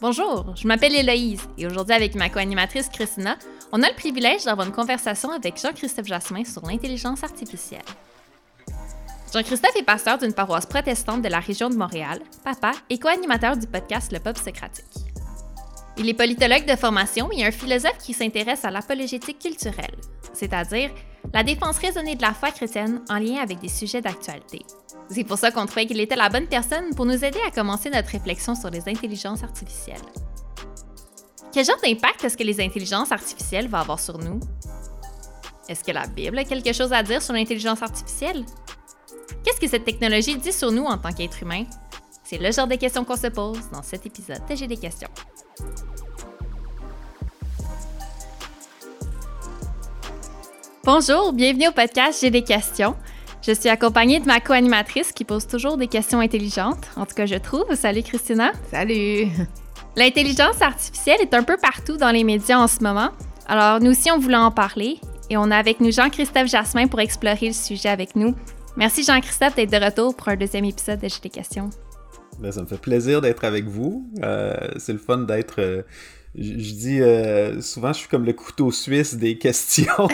Bonjour, je m'appelle Héloïse et aujourd'hui avec ma co-animatrice Christina, on a le privilège d'avoir une conversation avec Jean-Christophe Jasmin sur l'intelligence artificielle. Jean-Christophe est pasteur d'une paroisse protestante de la région de Montréal, papa et co-animateur du podcast Le Peuple socratique. Il est politologue de formation et un philosophe qui s'intéresse à l'apologétique culturelle, c'est-à-dire la défense raisonnée de la foi chrétienne en lien avec des sujets d'actualité. C'est pour ça qu'on trouvait qu'il était la bonne personne pour nous aider à commencer notre réflexion sur les intelligences artificielles. Quel genre d'impact est-ce que les intelligences artificielles vont avoir sur nous? Est-ce que la Bible a quelque chose à dire sur l'intelligence artificielle? Qu'est-ce que cette technologie dit sur nous en tant qu'être humain? C'est le genre de questions qu'on se pose dans cet épisode de J'ai des questions. Bonjour, bienvenue au podcast J'ai des questions. Je suis accompagnée de ma co-animatrice qui pose toujours des questions intelligentes. En tout cas, je trouve. Salut Christina. Salut. L'intelligence artificielle est un peu partout dans les médias en ce moment. Alors, nous aussi, on voulait en parler. Et on a avec nous Jean-Christophe Jasmin pour explorer le sujet avec nous. Merci Jean-Christophe d'être de retour pour un deuxième épisode de J'ai des questions. Ben, ça me fait plaisir d'être avec vous. C'est le fun d'être... Je dis souvent, je suis comme le couteau suisse des questions.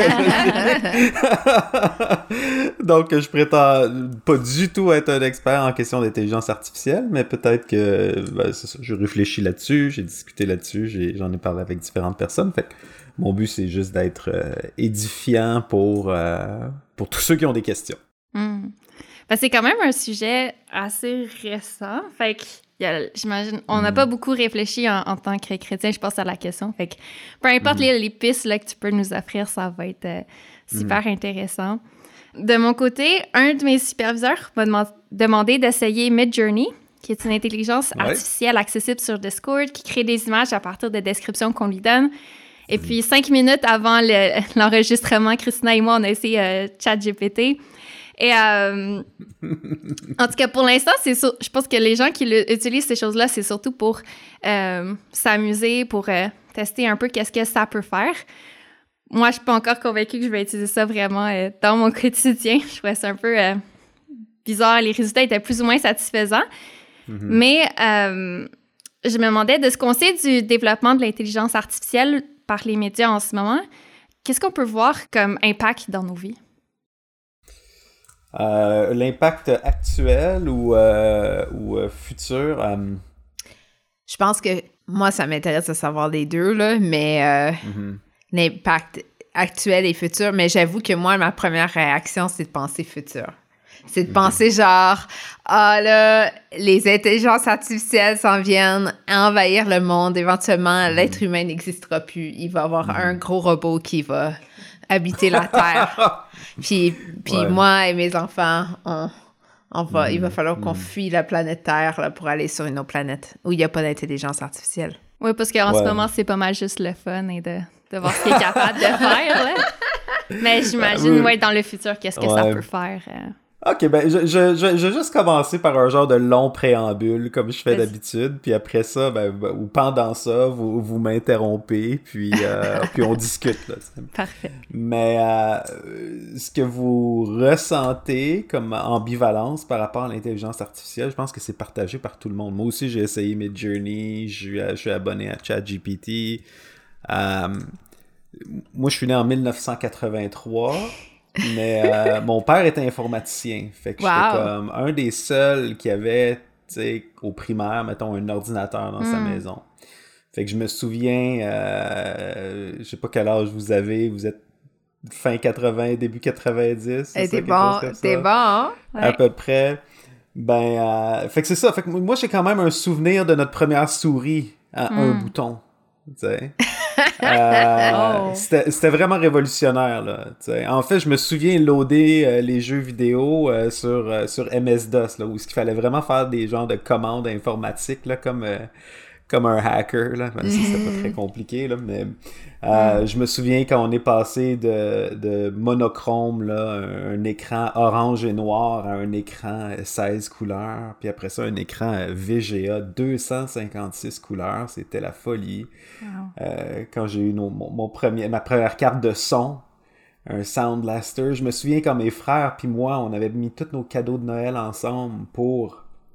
Donc, je prétends pas du tout être un expert en questions d'intelligence artificielle, mais peut-être que c'est ça, je réfléchis là-dessus, j'ai discuté là-dessus, j'en ai parlé avec différentes personnes. Fait que mon but, c'est juste d'être édifiant pour tous ceux qui ont des questions. Ben, c'est quand même un sujet assez récent. Fait que j'imagine, on n'a pas beaucoup réfléchi en tant que chrétien, je pense, à la question. Fait que peu importe les pistes là, que tu peux nous offrir, ça va être super intéressant. De mon côté, un de mes superviseurs m'a demandé d'essayer Midjourney, qui est une intelligence artificielle accessible sur Discord, qui crée des images à partir de descriptions qu'on lui donne. Et puis, 5 minutes avant l'enregistrement, Christina et moi, on a essayé ChatGPT. Et en tout cas, pour l'instant, je pense que les gens qui utilisent ces choses-là, c'est surtout pour s'amuser, pour tester un peu qu'est-ce que ça peut faire. Moi, je suis pas encore convaincue que je vais utiliser ça vraiment dans mon quotidien. Je trouvais ça un peu bizarre. Les résultats étaient plus ou moins satisfaisants. Mais je me demandais, de ce qu'on sait du développement de l'intelligence artificielle par les médias en ce moment, qu'est-ce qu'on peut voir comme impact dans nos vies? L'impact actuel ou futur? Je pense que moi, ça m'intéresse de savoir les deux, là, mais l'impact actuel et futur. Mais j'avoue que moi, ma première réaction, c'est de penser futur. C'est de penser genre, là, les intelligences artificielles s'en viennent envahir le monde. Éventuellement, l'être humain n'existera plus. Il va y avoir un gros robot qui va habiter la Terre. Puis moi et mes enfants, il va falloir qu'on fuit la planète Terre là, pour aller sur une autre planète où il n'y a pas d'intelligence artificielle. Oui, parce qu'en ce moment, c'est pas mal juste le fun et de voir ce qu'il est capable de faire. Là. Mais j'imagine, dans le futur, qu'est-ce que ça peut faire. OK, ben je vais juste commencer par un genre de long préambule, comme je fais d'habitude, puis après ça, ou pendant ça, vous m'interrompez, puis on discute, là. Parfait. Mais ce que vous ressentez comme ambivalence par rapport à l'intelligence artificielle, je pense que c'est partagé par tout le monde. Moi aussi, j'ai essayé Midjourney, je suis abonné à ChatGPT. Moi, je suis né en 1983. Mais mon père était informaticien, fait que j'étais comme un des seuls qui avait, tu sais, au primaire, mettons, un ordinateur dans sa maison. Fait que je me souviens, je sais pas quel âge vous avez, vous êtes fin 80, début 90, c'est ça, t'es bon, hein? À peu près. Fait que c'est ça, fait que moi j'ai quand même un souvenir de notre première souris à un bouton, tu sais. C'était vraiment révolutionnaire là, t'sais. En fait, je me souviens loader les jeux vidéo sur MS-DOS là, où il fallait vraiment faire des genres de commandes informatiques là, comme un hacker là. Même si c'était pas très compliqué là, mais je me souviens quand on est passé de monochrome là, un écran orange et noir à un écran 16 couleurs, puis après ça un écran VGA 256 couleurs, c'était la folie. Quand j'ai eu ma première carte de son, un Sound Blaster, je me souviens quand mes frères puis moi, on avait mis tous nos cadeaux de Noël ensemble pour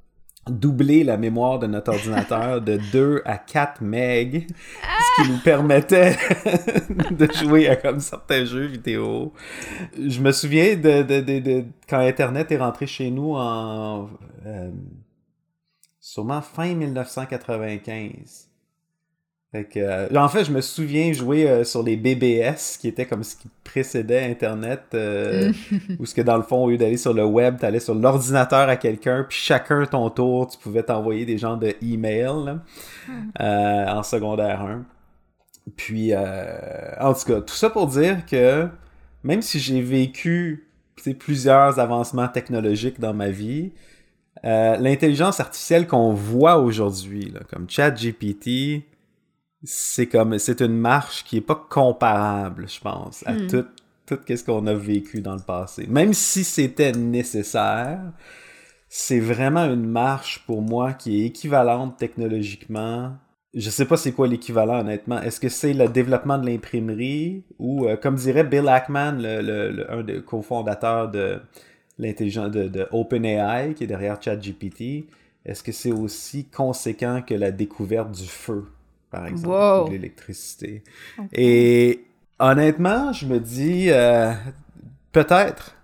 doubler la mémoire de notre ordinateur de 2 à 4 MB, ce qui nous permettait de jouer à comme certains jeux vidéo. Je me souviens de quand Internet est rentré chez nous en sûrement fin 1995. Fait que, en fait, je me souviens jouer sur les BBS, qui était comme ce qui précédait Internet, où ce que dans le fond, au lieu d'aller sur le web, t'allais sur l'ordinateur à quelqu'un, puis chacun ton tour, tu pouvais t'envoyer des genres de emails en secondaire 1. Puis, en tout cas, tout ça pour dire que même si j'ai vécu plusieurs avancements technologiques dans ma vie, l'intelligence artificielle qu'on voit aujourd'hui, là, comme ChatGPT, c'est une marche qui est pas comparable, je pense, à tout ce qu'on a vécu dans le passé. Même si c'était nécessaire, c'est vraiment une marche pour moi qui est équivalente technologiquement. Je sais pas c'est quoi l'équivalent, honnêtement. Est-ce que c'est le développement de l'imprimerie ou, comme dirait Bill Ackman, un des cofondateurs de l'intelligence de OpenAI, qui est derrière ChatGPT, est-ce que c'est aussi conséquent que la découverte du feu, par exemple, ou de l'électricité? Okay. Et honnêtement, je me dis peut-être,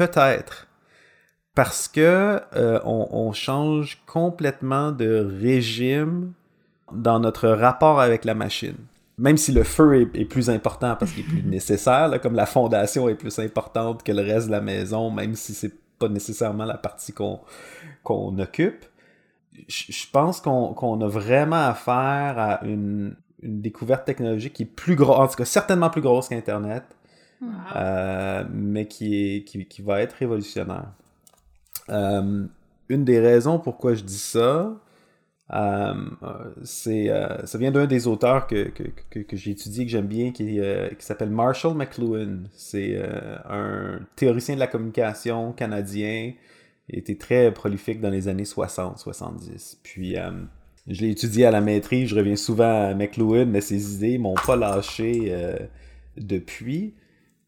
parce que on change complètement de régime dans notre rapport avec la machine. Même si le feu est plus important parce qu'il est plus nécessaire, là, comme la fondation est plus importante que le reste de la maison, même si c'est pas nécessairement la partie qu'on occupe. Je pense qu'on a vraiment affaire à une découverte technologique qui est plus grosse, en tout cas certainement plus grosse qu'Internet, mais qui va être révolutionnaire. Une des raisons pourquoi je dis ça, ça vient d'un des auteurs que j'ai étudié, que j'aime bien, qui s'appelle Marshall McLuhan. C'est un théoricien de la communication canadien. Il était très prolifique dans les années 60-70. Puis je l'ai étudié à la maîtrise, je reviens souvent à McLuhan, mais ses idées m'ont pas lâché depuis.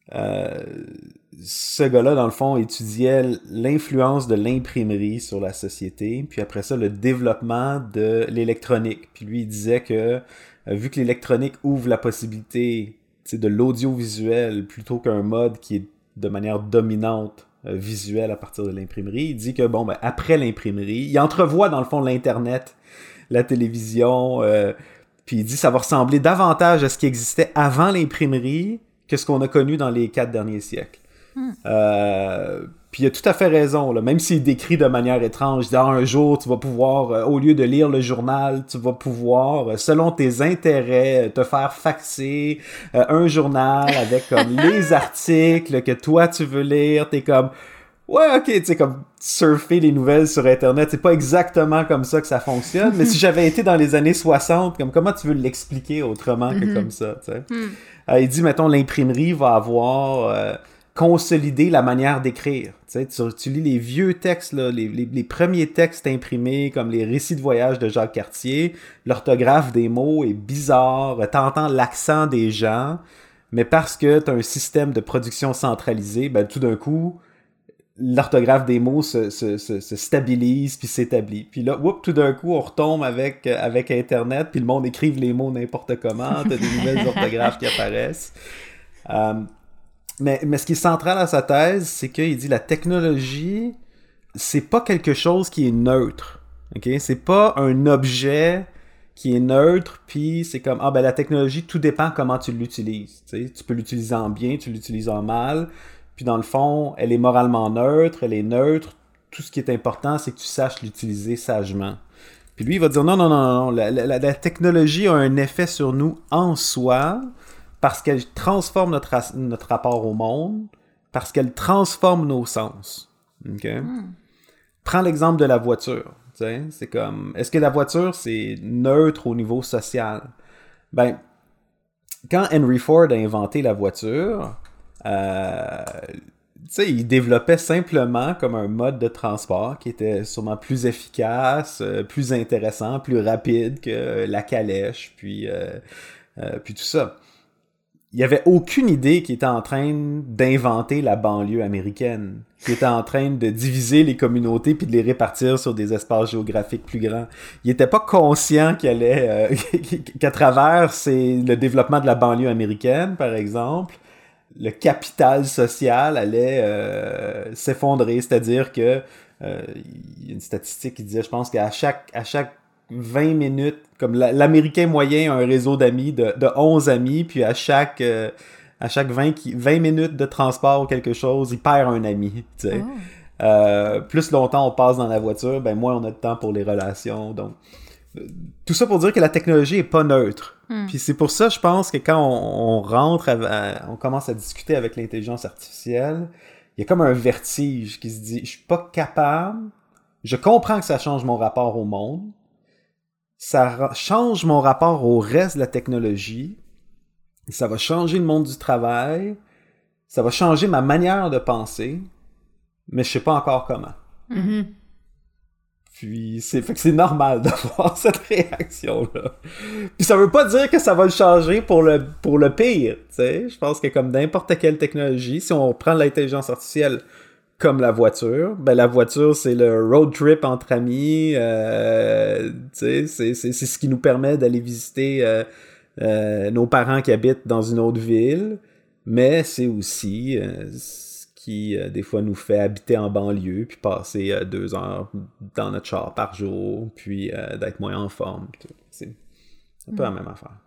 Ce gars-là, dans le fond, étudiait l'influence de l'imprimerie sur la société, puis après ça, le développement de l'électronique. Puis lui, il disait que, vu que l'électronique ouvre la possibilité de l'audiovisuel plutôt qu'un mode qui est de manière dominante visuelle à partir de l'imprimerie, il dit que, après l'imprimerie, il entrevoit, dans le fond, l'Internet, la télévision, puis il dit que ça va ressembler davantage à ce qui existait avant l'imprimerie que ce qu'on a connu dans les 4 derniers siècles. Puis il a tout à fait raison, là. Même s'il décrit de manière étrange, il dit, un jour, tu vas pouvoir, au lieu de lire le journal, tu vas pouvoir, selon tes intérêts, te faire faxer un journal avec comme les articles que toi tu veux lire. T'es comme, ouais, ok, tu sais, comme surfer les nouvelles sur Internet, c'est pas exactement comme ça que ça fonctionne, mais si j'avais été dans les années 60, comme comment tu veux l'expliquer autrement que comme ça, tu sais? Il dit, mettons, l'imprimerie va avoir consolidé la manière d'écrire. Tu sais, tu lis les vieux textes, là, les premiers textes imprimés, comme les récits de voyage de Jacques Cartier, l'orthographe des mots est bizarre, t'entends l'accent des gens, mais parce que t'as un système de production centralisé, tout d'un coup, l'orthographe des mots se stabilise puis s'établit. Puis là, tout d'un coup, on retombe avec Internet, puis le monde écrive les mots n'importe comment, t'as des nouvelles orthographes qui apparaissent. Mais ce qui est central à sa thèse, c'est qu'il dit la technologie, c'est pas quelque chose qui est neutre. Okay? C'est pas un objet qui est neutre, puis c'est comme, la technologie, tout dépend comment tu l'utilises. Tu sais? Tu peux l'utiliser en bien, tu l'utilises en mal. Puis dans le fond, elle est moralement neutre, elle est neutre. Tout ce qui est important, c'est que tu saches l'utiliser sagement. Puis lui, il va dire non. La technologie a un effet sur nous en soi parce qu'elle transforme notre rapport au monde, parce qu'elle transforme nos sens. Okay? Prends l'exemple de la voiture. Tu sais? C'est comme, est-ce que la voiture, c'est neutre au niveau social? Quand Henry Ford a inventé la voiture, il développait simplement comme un mode de transport qui était sûrement plus efficace, plus intéressant, plus rapide que la calèche, puis tout ça. il n'y avait aucune idée qu'il était en train d'inventer la banlieue américaine, qu'il était en train de diviser les communautés puis de les répartir sur des espaces géographiques plus grands. Il n'était pas conscient qu'à travers le développement de la banlieue américaine, par exemple, le capital social allait s'effondrer. C'est-à-dire que il y a une statistique qui disait, je pense qu'à chaque 20 minutes, comme l'Américain moyen a un réseau d'amis de 11 amis, puis à chaque 20 minutes de transport ou quelque chose, il perd un ami, tu sais. Plus longtemps on passe dans la voiture, ben moins on a de temps pour les relations. Donc, tout ça pour dire que la technologie est pas neutre. Puis c'est pour ça, je pense que quand on on commence à discuter avec l'intelligence artificielle, il y a comme un vertige qui se dit, je suis pas capable, je comprends que ça change mon rapport au monde, ça change mon rapport au reste de la technologie, ça va changer le monde du travail, ça va changer ma manière de penser, mais je sais pas encore comment. Mm-hmm. Puis fait que c'est normal d'avoir cette réaction-là. Puis ça veut pas dire que ça va le changer pour le pire, tu sais. Je pense que comme n'importe quelle technologie, si on prend l'intelligence artificielle comme la voiture, ben la voiture, c'est le road trip entre amis, tu sais, c'est ce qui nous permet d'aller visiter nos parents qui habitent dans une autre ville, mais c'est aussi ce qui, des fois, nous fait habiter en banlieue, puis passer 2 heures dans notre char par jour, puis d'être moins en forme. C'est un peu la même affaire.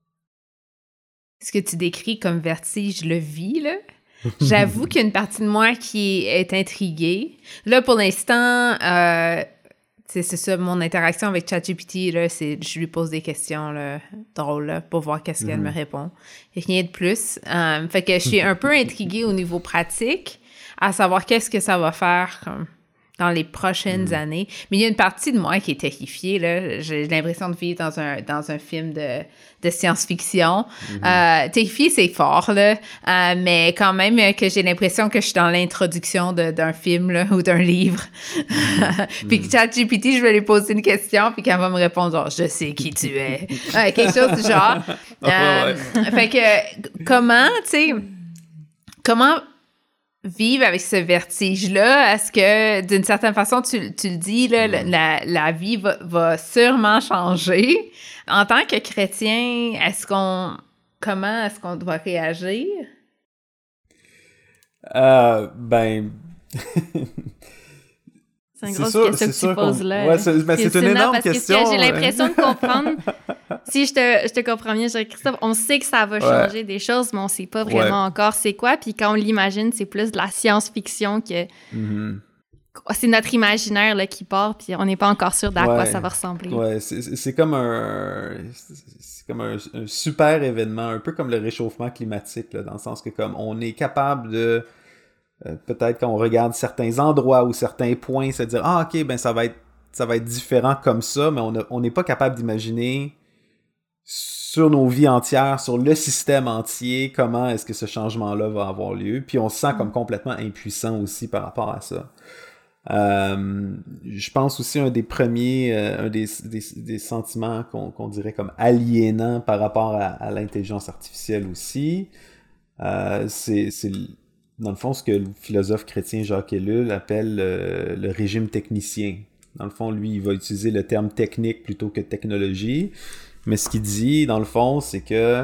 Ce que tu décris comme vertige, je le vis, là. J'avoue qu'il y a une partie de moi qui est intriguée. Là, pour l'instant, c'est ça, mon interaction avec ChatGPT, là, je lui pose des questions là, drôles là, pour voir qu'est-ce qu'elle me répond. Et rien de plus. Fait que je suis un peu intriguée au niveau pratique, à savoir qu'est-ce que ça va faire dans les prochaines années. Mais il y a une partie de moi qui est terrifiée. Là. J'ai l'impression de vivre dans un film de science-fiction. Terrifiée, c'est fort, là. Mais quand même que j'ai l'impression que je suis dans l'introduction d'un film là, ou d'un livre. Puis ChatGPT, je vais lui poser une question, puis qu'elle va me répondre genre, je sais qui tu es. Quelque chose du genre. Fait que comment vivre avec ce vertige-là? Est-ce que, d'une certaine façon, tu le dis, là, la vie va sûrement changer. En tant que chrétien, comment est-ce qu'on doit réagir? Ben... C'est une grosse question que tu poses là. Ouais, c'est une énorme question. Parce que j'ai l'impression de comprendre. Si je te comprends bien, Christophe, on sait que ça va changer des choses, mais on sait pas vraiment encore c'est quoi. Puis quand on l'imagine, c'est plus de la science-fiction que... C'est notre imaginaire là, qui part, puis on n'est pas encore sûr d'à quoi ça va ressembler. Ouais, c'est comme un super événement, un peu comme le réchauffement climatique, là, dans le sens que comme on est capable de... peut-être quand on regarde certains endroits ou certains points, se dire « Ah, OK, ben ça va être différent comme ça », mais on n'est pas capable d'imaginer sur nos vies entières, sur le système entier, comment est-ce que ce changement-là va avoir lieu. Puis on se sent comme complètement impuissant aussi par rapport à ça. Je pense aussi un des sentiments qu'on dirait comme aliénants par rapport à l'intelligence artificielle aussi, c'est dans le fond, ce que le philosophe chrétien Jacques Ellul appelle le régime technicien. Dans le fond, lui, il va utiliser le terme technique plutôt que technologie. Mais ce qu'il dit, dans le fond, c'est que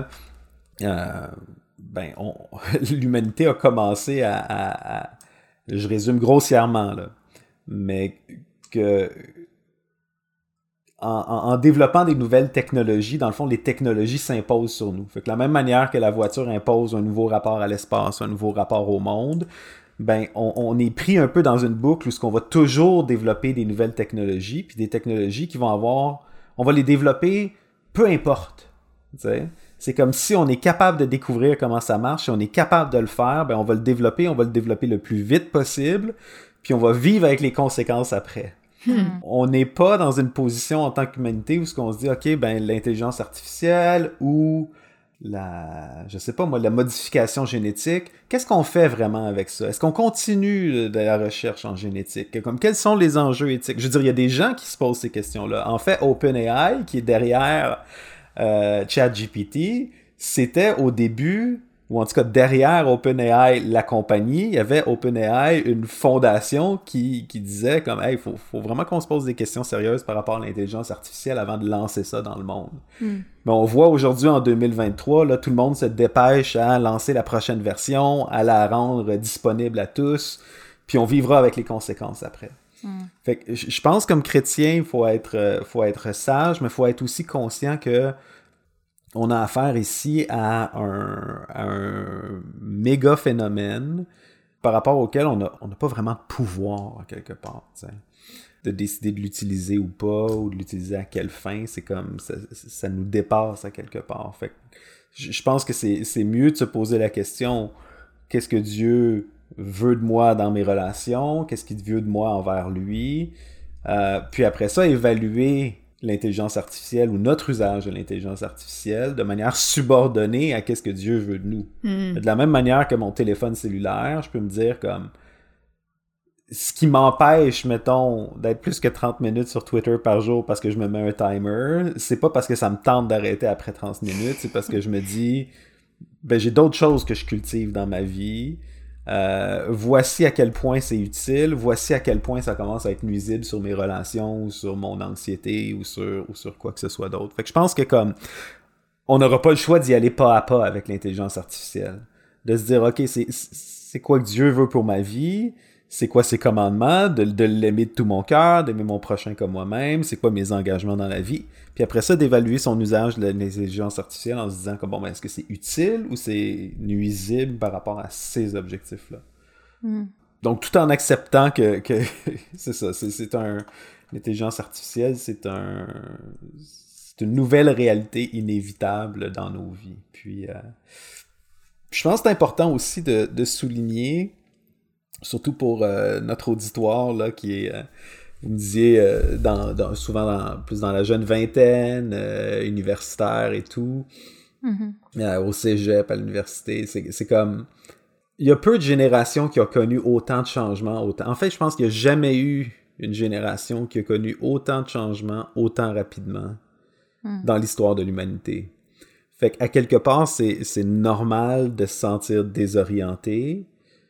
l'humanité a commencé je résume grossièrement, là, mais que en développant des nouvelles technologies, dans le fond, les technologies s'imposent sur nous. Fait que de la même manière que la voiture impose un nouveau rapport à l'espace, un nouveau rapport au monde, ben on est pris un peu dans une boucle où on va toujours développer des nouvelles technologies, puis des technologies qui vont on va les développer peu importe. T'sais? C'est comme si on est capable de découvrir comment ça marche, si on est capable de le faire, ben on va le développer le plus vite possible, puis on va vivre avec les conséquences après. On n'est pas dans une position en tant qu'humanité où on se dit, OK, ben l'intelligence artificielle ou la modification génétique, qu'est-ce qu'on fait vraiment avec ça? Est-ce qu'on continue de la recherche en génétique? Quels sont les enjeux éthiques? Je veux dire, il y a des gens qui se posent ces questions-là. En fait, OpenAI, qui est derrière ChatGPT, c'était au début, ou en tout cas derrière OpenAI, la compagnie, il y avait OpenAI, une fondation qui disait comme « Hey, faut vraiment qu'on se pose des questions sérieuses par rapport à l'intelligence artificielle avant de lancer ça dans le monde. Mais on voit aujourd'hui, en 2023, là, tout le monde se dépêche à lancer la prochaine version, à la rendre disponible à tous, puis on vivra avec les conséquences après. Fait que je pense comme chrétien, il faut être sage, mais il faut être aussi conscient que on a affaire ici à un méga phénomène par rapport auquel on n'a pas vraiment de pouvoir, quelque part, t'sais. De décider de l'utiliser ou pas, ou de l'utiliser à quelle fin, c'est comme, ça nous dépasse à quelque part. Fait que je pense que c'est mieux de se poser la question, qu'est-ce que Dieu veut de moi dans mes relations, qu'est-ce qu'il veut de moi envers lui, puis après ça, évaluer l'intelligence artificielle ou notre usage de l'intelligence artificielle de manière subordonnée à qu'est-ce que Dieu veut de nous. De la même manière que mon téléphone cellulaire, je peux me dire comme ce qui m'empêche, mettons, d'être plus que 30 minutes sur Twitter par jour parce que je me mets un timer, c'est pas parce que ça me tente d'arrêter après 30 minutes, c'est parce que je me dis ben j'ai d'autres choses que je cultive dans ma vie. Voici à quel point c'est utile, voici à quel point ça commence à être nuisible sur mes relations ou sur mon anxiété ou sur quoi que ce soit d'autre. Fait que je pense que comme on n'aura pas le choix d'y aller pas à pas avec l'intelligence artificielle. De se dire, OK, c'est quoi que Dieu veut pour ma vie? C'est quoi ses commandements? De l'aimer de tout mon cœur, d'aimer mon prochain comme moi-même? C'est quoi mes engagements dans la vie? Puis après ça, d'évaluer son usage de l'intelligence artificielle en se disant que bon, ben, est-ce que c'est utile ou c'est nuisible par rapport à ces objectifs-là? Donc, tout en acceptant que c'est ça, l'intelligence artificielle, c'est une nouvelle réalité inévitable dans nos vies. Puis, je pense que c'est important aussi de souligner, surtout pour notre auditoire, là, qui est... vous me disiez, souvent plus dans la jeune vingtaine, universitaire et tout, au cégep, à l'université, c'est comme... Il y a peu de générations qui ont connu autant de changements. En fait, je pense qu'il n'y a jamais eu une génération qui a connu autant de changements, autant rapidement dans l'histoire de l'humanité. Fait qu'à quelque part, c'est normal de se sentir désorienté.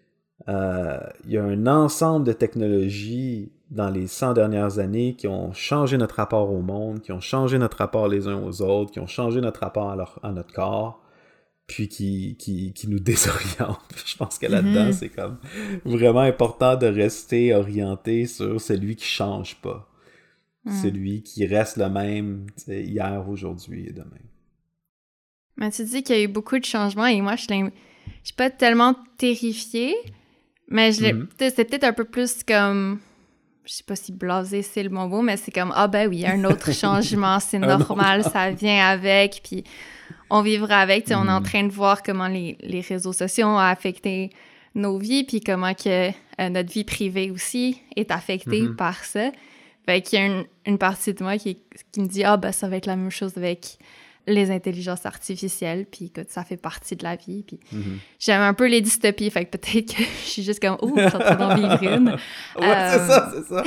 Il y a un ensemble de technologies dans les 100 dernières années qui ont changé notre rapport au monde, qui ont changé notre rapport les uns aux autres, qui ont changé notre rapport à notre corps, puis qui nous désorientent. Je pense que là-dedans, c'est comme vraiment important de rester orienté sur celui qui change pas. Celui qui reste le même hier, aujourd'hui et demain. Mais tu dis qu'il y a eu beaucoup de changements et moi, je suis pas tellement terrifiée, mais c'est peut-être un peu plus comme... Je sais pas si blasé c'est le mot, mais c'est comme, ah ben oui, un autre changement, c'est normal, ça vient avec, puis on vivra avec. Tu sais, on est en train de voir comment les réseaux sociaux ont affecté nos vies, puis comment que notre vie privée aussi est affectée par ça. Fait qu'il y a une partie de moi qui me dit, ah ben ça va être la même chose avec les intelligences artificielles, puis que ça fait partie de la vie, puis j'aime un peu les dystopies, fait que peut-être que je suis juste comme, oh, je suis en train d'en vivre une. C'est ça.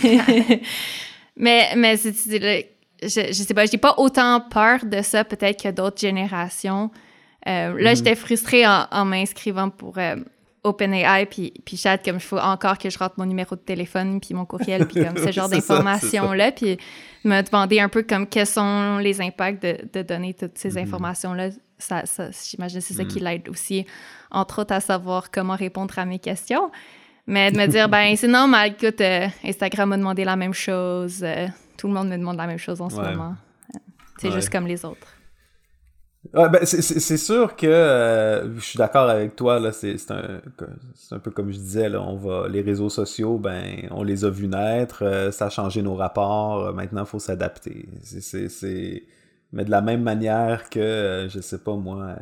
mais je sais pas, j'ai pas autant peur de ça, peut-être, que d'autres générations. Là, j'étais frustrée en m'inscrivant pour OpenAI, puis chat, comme il faut encore que je rentre mon numéro de téléphone, puis mon courriel, puis comme ce genre d'informations-là, puis me demander un peu comme quels sont les impacts de donner toutes ces informations-là. Ça, j'imagine que c'est ça qui l'aide aussi, entre autres, à savoir comment répondre à mes questions. Mais de me dire, ben c'est normal, écoute, Instagram m'a demandé la même chose, tout le monde me demande la même chose en ce moment. C'est juste comme les autres. Ouais, ben c'est sûr que je suis d'accord avec toi, là, c'est un peu comme je disais, là, les réseaux sociaux, ben on les a vus naître, ça a changé nos rapports, maintenant il faut s'adapter. Mais de la même manière que, je sais pas moi,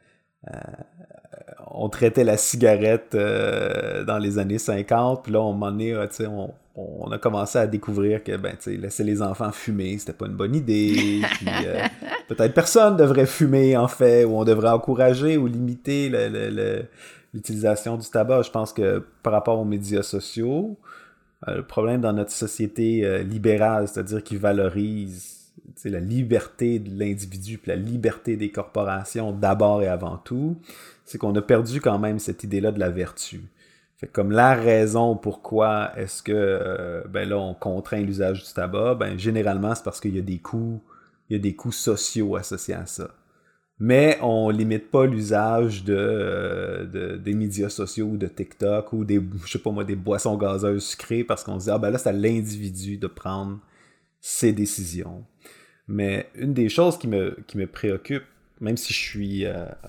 on traitait la cigarette dans les années 50, puis là, à un moment donné, on a commencé à découvrir que laisser les enfants fumer, c'était pas une bonne idée. Puis, peut-être personne devrait fumer, en fait, ou on devrait encourager ou limiter l'utilisation du tabac. Je pense que par rapport aux médias sociaux, le problème dans notre société libérale, c'est-à-dire qui valorise la liberté de l'individu puis la liberté des corporations d'abord et avant tout, c'est qu'on a perdu quand même cette idée-là de la vertu. Fait que comme la raison pourquoi est-ce que là on contraint l'usage du tabac, généralement c'est parce qu'il y a des coûts sociaux associés à ça. Mais on limite pas l'usage des médias sociaux ou de TikTok ou des boissons gazeuses sucrées parce qu'on se dit là c'est à l'individu de prendre ses décisions. Mais une des choses qui me préoccupe, même si je suis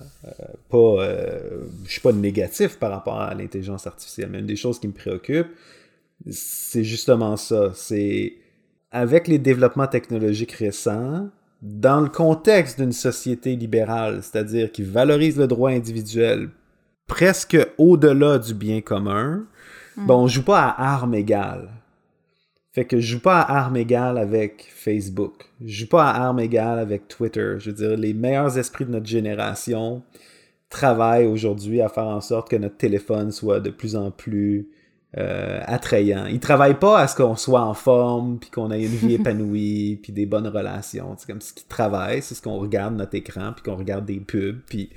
pas négatif par rapport à l'intelligence artificielle, mais une des choses qui me préoccupe, c'est justement ça. C'est avec les développements technologiques récents, dans le contexte d'une société libérale, c'est-à-dire qui valorise le droit individuel presque au-delà du bien commun, on joue pas à armes égales. Fait que je joue pas à armes égales avec Facebook. Je joue pas à armes égales avec Twitter. Je veux dire, les meilleurs esprits de notre génération travaillent aujourd'hui à faire en sorte que notre téléphone soit de plus en plus attrayant. Ils travaillent pas à ce qu'on soit en forme, puis qu'on ait une vie épanouie, puis des bonnes relations. C'est comme ce qu'ils travaillent, c'est ce qu'on regarde notre écran, puis qu'on regarde des pubs, puis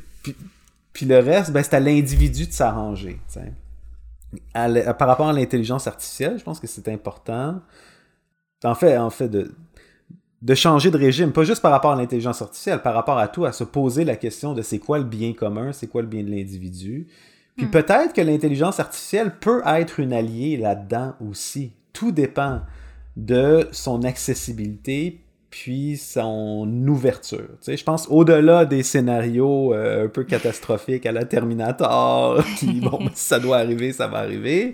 le reste, c'est à l'individu de s'arranger, t'sais. Par rapport à l'intelligence artificielle, je pense que c'est important en fait de changer de régime, pas juste par rapport à l'intelligence artificielle, par rapport à tout, à se poser la question de c'est quoi le bien commun, c'est quoi le bien de l'individu. Puis peut-être que l'intelligence artificielle peut être une alliée là-dedans aussi. Tout dépend de son accessibilité puis son ouverture. Tu sais, je pense au-delà des scénarios un peu catastrophiques à la Terminator, qui, si ça doit arriver, ça va arriver.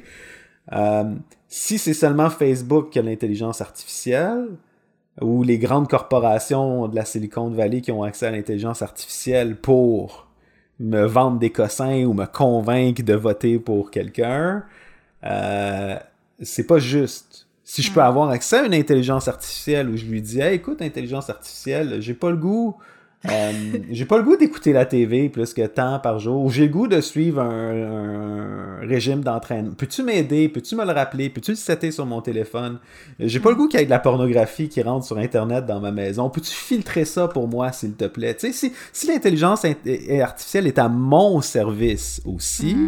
Si c'est seulement Facebook qui a l'intelligence artificielle, ou les grandes corporations de la Silicon Valley qui ont accès à l'intelligence artificielle pour me vendre des cossins ou me convaincre de voter pour quelqu'un, c'est pas juste. Si je peux avoir accès à une intelligence artificielle où je lui dis « Hey, écoute, intelligence artificielle, j'ai pas le goût d'écouter la TV plus que tant par jour, ou j'ai le goût de suivre un régime d'entraînement. Peux-tu m'aider? Peux-tu me le rappeler? Peux-tu le setter sur mon téléphone? J'ai pas le goût qu'il y ait de la pornographie qui rentre sur Internet dans ma maison. Peux-tu filtrer ça pour moi, s'il te plaît? » Tu sais, si l'intelligence artificielle est à mon service aussi,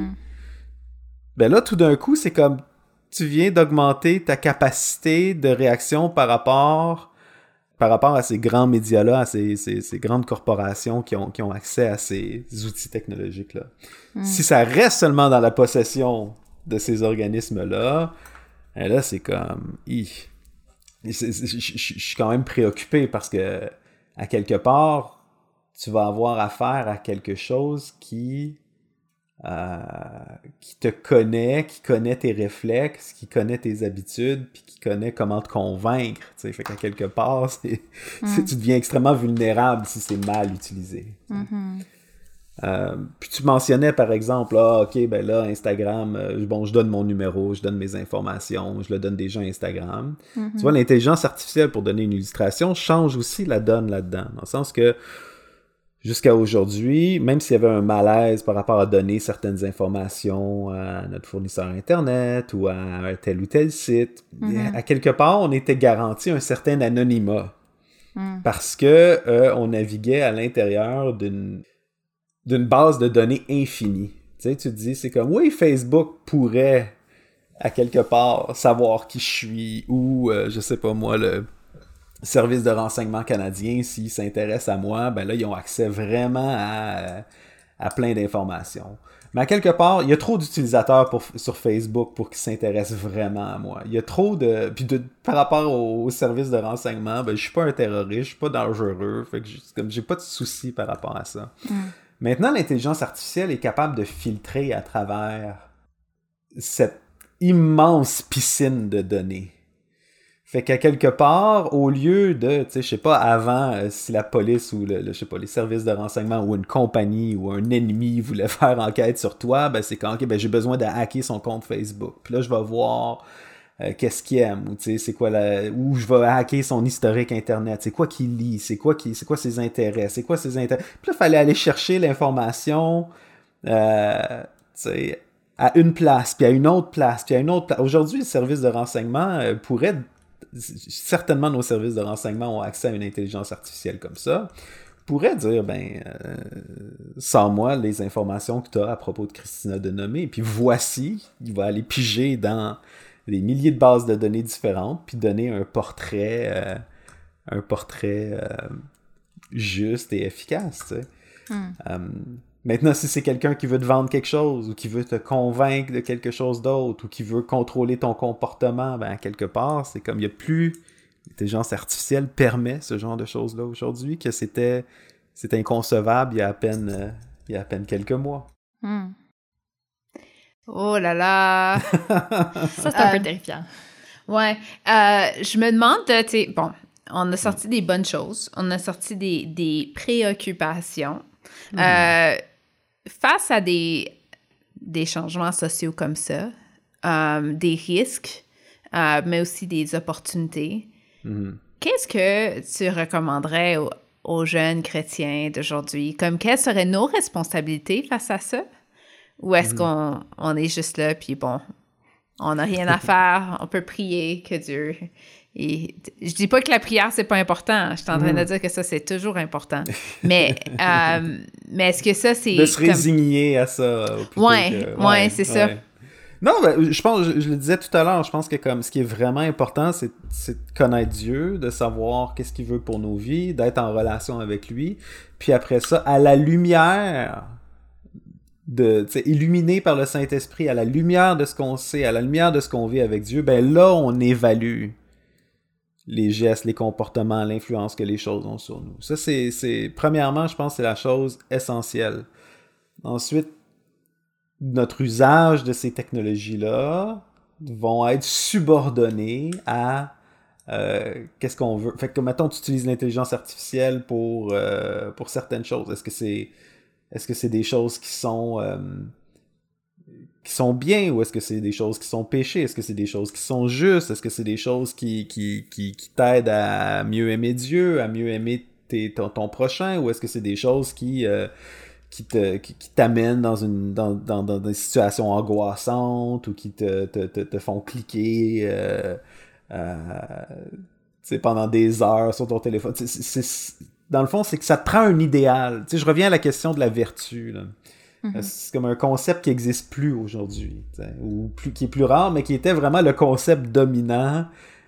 là, tout d'un coup, c'est comme tu viens d'augmenter ta capacité de réaction par rapport à ces grands médias-là, à ces grandes corporations qui ont accès à ces outils technologiques-là. Si ça reste seulement dans la possession de ces organismes-là, là, c'est comme... Je suis quand même préoccupé parce que, à quelque part, tu vas avoir affaire à quelque chose qui te connaît, qui connaît tes réflexes, qui connaît tes habitudes, puis qui connaît comment te convaincre. T'sais. Fait qu'à quelque part, tu deviens extrêmement vulnérable si c'est mal utilisé. Puis tu mentionnais, par exemple, Instagram, je donne mon numéro, je donne mes informations, je le donne déjà à Instagram. Tu vois, l'intelligence artificielle, pour donner une illustration, change aussi la donne là-dedans. Dans le sens que jusqu'à aujourd'hui, même s'il y avait un malaise par rapport à donner certaines informations à notre fournisseur Internet ou à tel ou tel site, à quelque part, on était garanti un certain anonymat parce que on naviguait à l'intérieur d'une base de données infinie. Tu sais, tu te dis, c'est comme, oui, Facebook pourrait, à quelque part, savoir qui je suis ou, je sais pas moi, le service de renseignement canadien, s'ils s'intéressent à moi, là, ils ont accès vraiment à plein d'informations. Mais à quelque part, il y a trop d'utilisateurs sur Facebook pour qu'ils s'intéressent vraiment à moi. Il y a trop de... Puis par rapport au service de renseignement, je suis pas un terroriste, je suis pas dangereux, fait que j'ai pas de soucis par rapport à ça. Maintenant, l'intelligence artificielle est capable de filtrer à travers cette immense piscine de données. Fait qu'à quelque part, au lieu de, tu sais, je sais pas, avant, si la police ou je sais pas, les services de renseignement ou une compagnie ou un ennemi voulait faire enquête sur toi, c'est quand, j'ai besoin de hacker son compte Facebook. Puis là, je vais voir qu'est-ce qu'il aime, ou tu sais, c'est quoi ou je vais hacker son historique Internet, c'est quoi qu'il lit, c'est quoi ses intérêts, c'est quoi ses intérêts. Puis là, il fallait aller chercher l'information, tu sais, à une place, puis à une autre place, puis à une autre place. Aujourd'hui, le service de renseignement pourrait certainement nos services de renseignement ont accès à une intelligence artificielle comme ça, pourrait dire, sans moi, les informations que tu as à propos de Christina Denomé, puis voici, il va aller piger dans des milliers de bases de données différentes, puis donner un portrait juste et efficace, tu sais. Maintenant, si c'est quelqu'un qui veut te vendre quelque chose, ou qui veut te convaincre de quelque chose d'autre, ou qui veut contrôler ton comportement, quelque part, c'est comme il n'y a plus... L'intelligence artificielle permet ce genre de choses-là aujourd'hui, que c'est inconcevable il y a à peine quelques mois. Oh là là! Ça, c'est un peu terrifiant. Ouais. Je me demande, tu sais, bon, on a sorti des bonnes choses, on a sorti des préoccupations. Face à des changements sociaux comme ça, des risques, mais aussi des opportunités, qu'est-ce que tu recommanderais aux jeunes chrétiens d'aujourd'hui? Comme, quelles seraient nos responsabilités face à ça? Ou est-ce qu'on est juste là, puis bon, on n'a rien à faire, on peut prier que Dieu... Et je dis pas que la prière, c'est pas important. Je suis en train de dire que ça, c'est toujours important. Mais est-ce que ça, c'est... De se résigner à ça. Ouais, c'est ça. Non, je pense, je le disais tout à l'heure, je pense que comme ce qui est vraiment important, c'est de connaître Dieu, de savoir qu'est-ce qu'il veut pour nos vies, d'être en relation avec lui. Puis après ça, à la lumière illuminé par le Saint-Esprit, à la lumière de ce qu'on sait, à la lumière de ce qu'on vit avec Dieu, là, on évalue les gestes, les comportements, l'influence que les choses ont sur nous. Ça, premièrement, je pense que c'est la chose essentielle. Ensuite, notre usage de ces technologies-là vont être subordonnés à qu'est-ce qu'on veut. Fait que, mettons, tu utilises l'intelligence artificielle pour certaines choses. Est-ce que c'est des choses qui sont bien, ou est-ce que c'est des choses qui sont péchées? Est-ce que c'est des choses qui sont justes? Est-ce que c'est des choses qui t'aident à mieux aimer Dieu, à mieux aimer ton prochain? Ou est-ce que c'est des choses qui t'amènent dans des situations angoissantes, ou qui te font cliquer pendant des heures sur ton téléphone? Dans le fond, c'est que ça te prend un idéal. Je reviens à la question de la vertu, là. C'est comme un concept qui n'existe plus aujourd'hui, ou qui est plus rare, mais qui était vraiment le concept dominant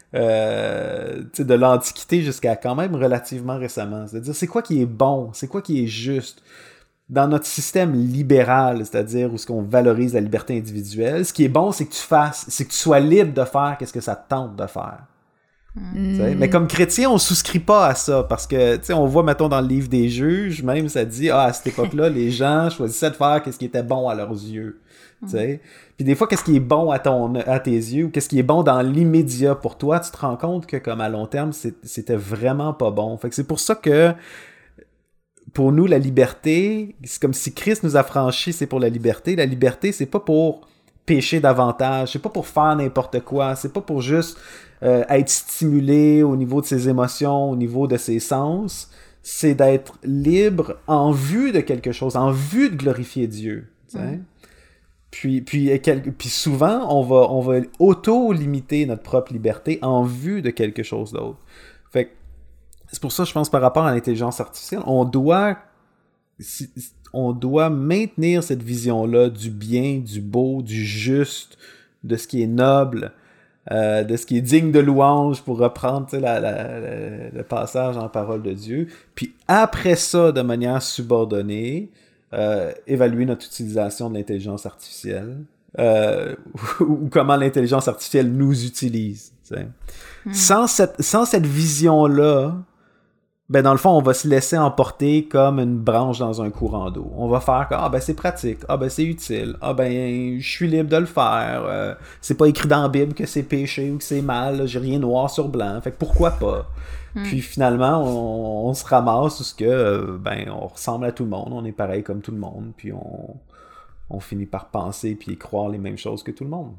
de l'Antiquité jusqu'à quand même relativement récemment. C'est-à-dire, c'est quoi qui est bon, c'est quoi qui est juste. Dans notre système libéral, c'est-à-dire où ce qu'on valorise la liberté individuelle, ce qui est bon, c'est que tu sois libre de faire qu'est-ce que ça te tente de faire. Mais comme chrétien, on souscrit pas à ça, parce que on voit, mettons, dans le livre des Juges, même ça dit, à cette époque-là, les gens choisissaient de faire qu'est-ce qui était bon à leurs yeux. Puis des fois, qu'est-ce qui est bon à tes yeux, ou qu'est-ce qui est bon dans l'immédiat pour toi, tu te rends compte que comme à long terme, c'était vraiment pas bon. Fait que c'est pour ça que pour nous, la liberté, c'est comme si Christ nous a franchis, c'est pour la liberté. La liberté, c'est pas pour pécher davantage, c'est pas pour faire n'importe quoi, c'est pas pour juste être stimulé au niveau de ses émotions, au niveau de ses sens, c'est d'être libre en vue de quelque chose, en vue de glorifier Dieu. Puis souvent, on va auto-limiter notre propre liberté en vue de quelque chose d'autre. Fait que c'est pour ça, je pense, par rapport à l'intelligence artificielle, on doit maintenir cette vision-là du bien, du beau, du juste, de ce qui est noble, de ce qui est digne de louange, pour reprendre le passage en parole de Dieu. Puis après ça, de manière subordonnée, évaluer notre utilisation de l'intelligence artificielle, ou comment l'intelligence artificielle nous utilise. Sans cette vision-là, dans le fond, on va se laisser emporter comme une branche dans un courant d'eau. On va faire que, c'est pratique, c'est utile, je suis libre de le faire, c'est pas écrit dans la Bible que c'est péché ou que c'est mal, j'ai rien noir sur blanc, fait que pourquoi pas? Puis finalement, on se ramasse tout ce que, on ressemble à tout le monde, on est pareil comme tout le monde, puis on finit par penser puis croire les mêmes choses que tout le monde.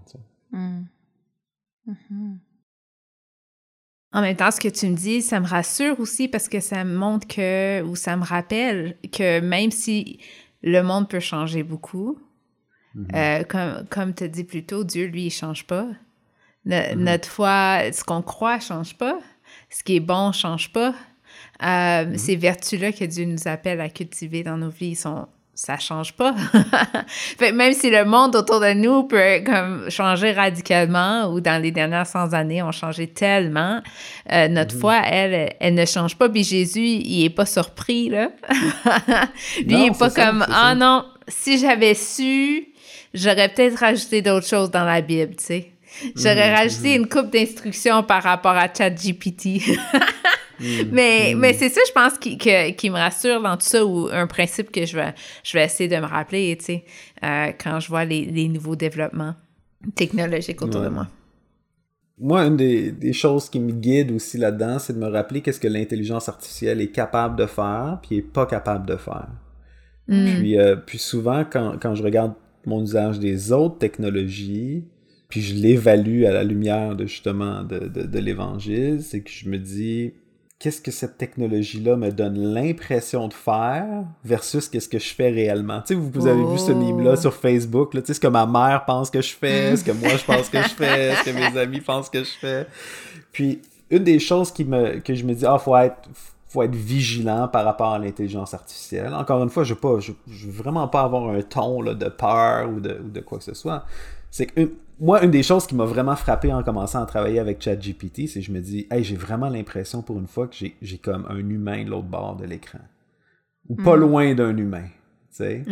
En même temps, ce que tu me dis, ça me rassure aussi, parce que ça me montre ou ça me rappelle que même si le monde peut changer beaucoup, comme tu as dit plus tôt, Dieu, lui, il change pas. Notre foi, ce qu'on croit change pas. Ce qui est bon change pas. Ces vertus-là que Dieu nous appelle à cultiver dans nos vies, ça change pas. Fait que même si le monde autour de nous peut comme changer radicalement, ou dans les dernières 100 années ont changé tellement, notre foi, elle ne change pas. Puis Jésus, il est pas surpris, là. Lui, il est pas comme « Ah non, si j'avais su, j'aurais peut-être rajouté d'autres choses dans la Bible, tu sais. J'aurais rajouté une couple d'instructions par rapport à ChatGPT. » Mais c'est ça, je pense, qui me rassure dans tout ça, ou un principe que je vais essayer de me rappeler, tu sais, quand je vois les nouveaux développements technologiques autour de moi. Moi, une des choses qui me guide aussi là-dedans, c'est de me rappeler qu'est-ce que l'intelligence artificielle est capable de faire, puis est pas capable de faire. Puis souvent, quand je regarde mon usage des autres technologies, puis je l'évalue à la lumière justement de l'Évangile, c'est que je me dis... Qu'est-ce que cette technologie-là me donne l'impression de faire versus qu'est-ce que je fais réellement. Tu sais, vous avez vu ce meme-là sur Facebook, là, tu sais, ce que ma mère pense que je fais, ce que moi je pense que je fais, ce que mes amis pensent que je fais. Puis, une des choses que je me dis, faut être vigilant par rapport à l'intelligence artificielle. Encore une fois, je veux vraiment pas avoir un ton là, de peur ou de quoi que ce soit. C'est que moi, une des choses qui m'a vraiment frappé en commençant à travailler avec ChatGPT, c'est que je me dis, hey, j'ai vraiment l'impression pour une fois que j'ai comme un humain de l'autre bord de l'écran. Ou pas loin d'un humain, tu sais.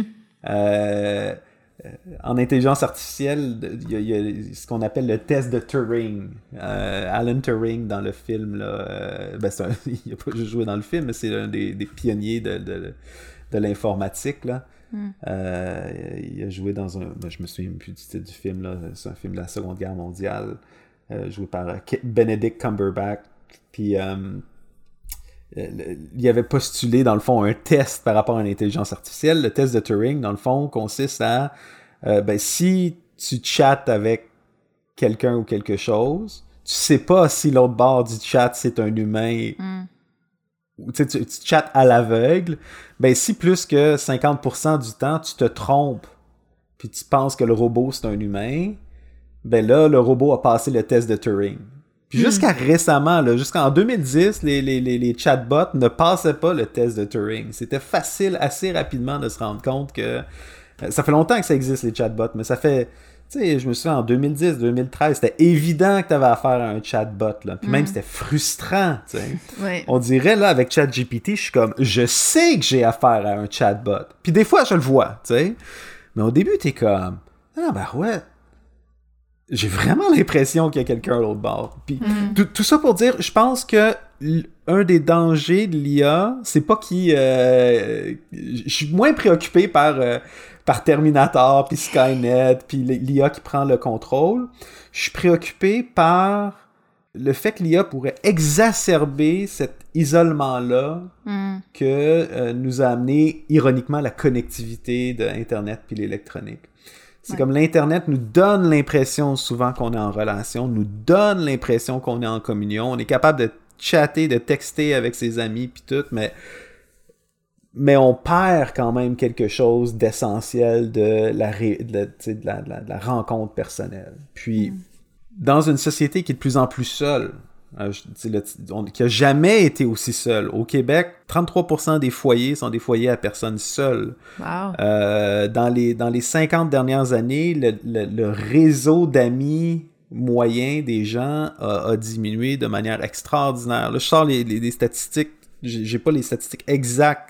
En intelligence artificielle, il y a ce qu'on appelle le test de Turing. Alan Turing, dans le film, là, il n'a pas juste joué dans le film, mais c'est l'un des pionniers de l'informatique, là. Il a joué dans je me souviens plus du titre du film, là. C'est un film de la Seconde Guerre mondiale, joué par Benedict Cumberbatch. Puis il avait postulé, dans le fond, un test par rapport à l'intelligence artificielle. Le test de Turing, dans le fond, consiste à si tu chattes avec quelqu'un ou quelque chose, tu sais pas si l'autre bord du chat c'est un humain. Tu chattes à l'aveugle, si plus que 50% du temps, tu te trompes, puis tu penses que le robot, c'est un humain, là, le robot a passé le test de Turing. Puis jusqu'à récemment, là, jusqu'en 2010, les chatbots ne passaient pas le test de Turing. C'était facile assez rapidement de se rendre compte que... ça fait longtemps que ça existe, les chatbots, mais ça fait... Tu sais, je me souviens, en 2010, 2013, c'était évident que tu avais affaire à un chatbot, là. Puis même, c'était frustrant, tu sais. Ouais. On dirait, là, avec ChatGPT, je suis comme, je sais que j'ai affaire à un chatbot. Puis des fois, je le vois, tu sais. Mais au début, t'es comme, ouais, j'ai vraiment l'impression qu'il y a quelqu'un à l'autre bord. Puis tout ça pour dire, je pense que un des dangers de l'IA, c'est pas je suis moins préoccupé par Terminator, puis Skynet, puis l'IA qui prend le contrôle. Je suis préoccupé par le fait que l'IA pourrait exacerber cet isolement-là que nous a amené, ironiquement, la connectivité de Internet puis l'électronique. C'est comme l'Internet nous donne l'impression souvent qu'on est en relation, nous donne l'impression qu'on est en communion, on est capable de chatter, de texter avec ses amis puis tout, mais on perd quand même quelque chose d'essentiel de la rencontre personnelle. Puis, dans une société qui est de plus en plus seule, qui n'a jamais été aussi seule. Au Québec, 33% des foyers sont des foyers à personnes seules. Wow. Dans les 50 dernières années, le réseau d'amis moyen des gens a diminué de manière extraordinaire. Là, je sors les statistiques, j'ai pas les statistiques exactes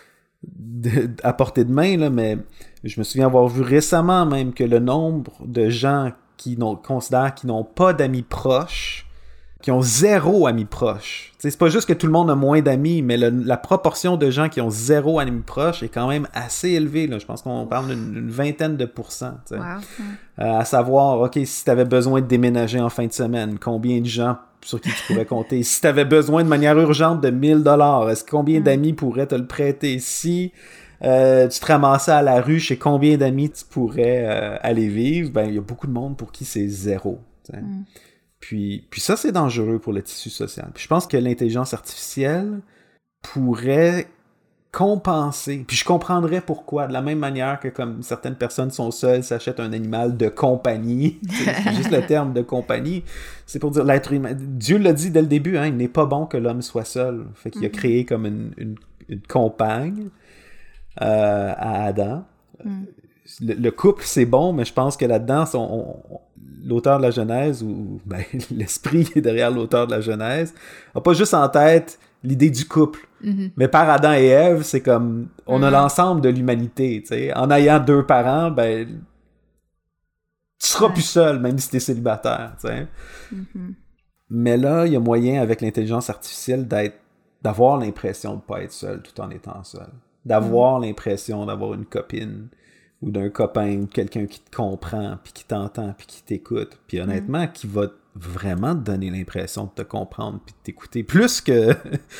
à portée de main, là, mais je me souviens avoir vu récemment même que le nombre de gens qui considèrent qu'ils n'ont pas d'amis proches, qui ont 0 amis proches. T'sais, c'est pas juste que tout le monde a moins d'amis, mais la proportion de gens qui ont 0 amis proches est quand même assez élevée. Là. Je pense qu'on parle d'une vingtaine de pourcents. Wow. À savoir, OK, si tu avais besoin de déménager en fin de semaine, combien de gens sur qui tu pourrais compter? Si tu avais besoin de manière urgente de 1000 $, est-ce que combien d'amis pourraient te le prêter? Si tu te ramassais à la rue, chez combien d'amis tu pourrais aller vivre? Il y a beaucoup de monde pour qui c'est 0. Puis ça, c'est dangereux pour le tissu social. Puis je pense que l'intelligence artificielle pourrait compenser. Puis je comprendrais pourquoi. De la même manière que comme certaines personnes sont seules, s'achètent un animal de compagnie. C'est juste le terme de compagnie. C'est pour dire l'être humain. Dieu l'a dit dès le début, hein, il n'est pas bon que l'homme soit seul. Fait qu'il a créé comme une compagne à Adam. Le couple, c'est bon, mais je pense que là-dedans, l'auteur de la Genèse, ou ben, l'esprit qui est derrière l'auteur de la Genèse, n'a pas juste en tête l'idée du couple. Mais par Adam et Ève, c'est comme, on a l'ensemble de l'humanité, tu sais. En ayant 2 parents, ben, tu seras plus seul, même si t'es célibataire, tu sais. Mais là, il y a moyen, avec l'intelligence artificielle, d'avoir l'impression de ne pas être seul tout en étant seul. D'avoir l'impression d'avoir une copine ou d'un copain, quelqu'un qui te comprend, puis qui t'entend, puis qui t'écoute. Puis honnêtement, qui va vraiment te donner l'impression de te comprendre, puis de t'écouter. Plus que...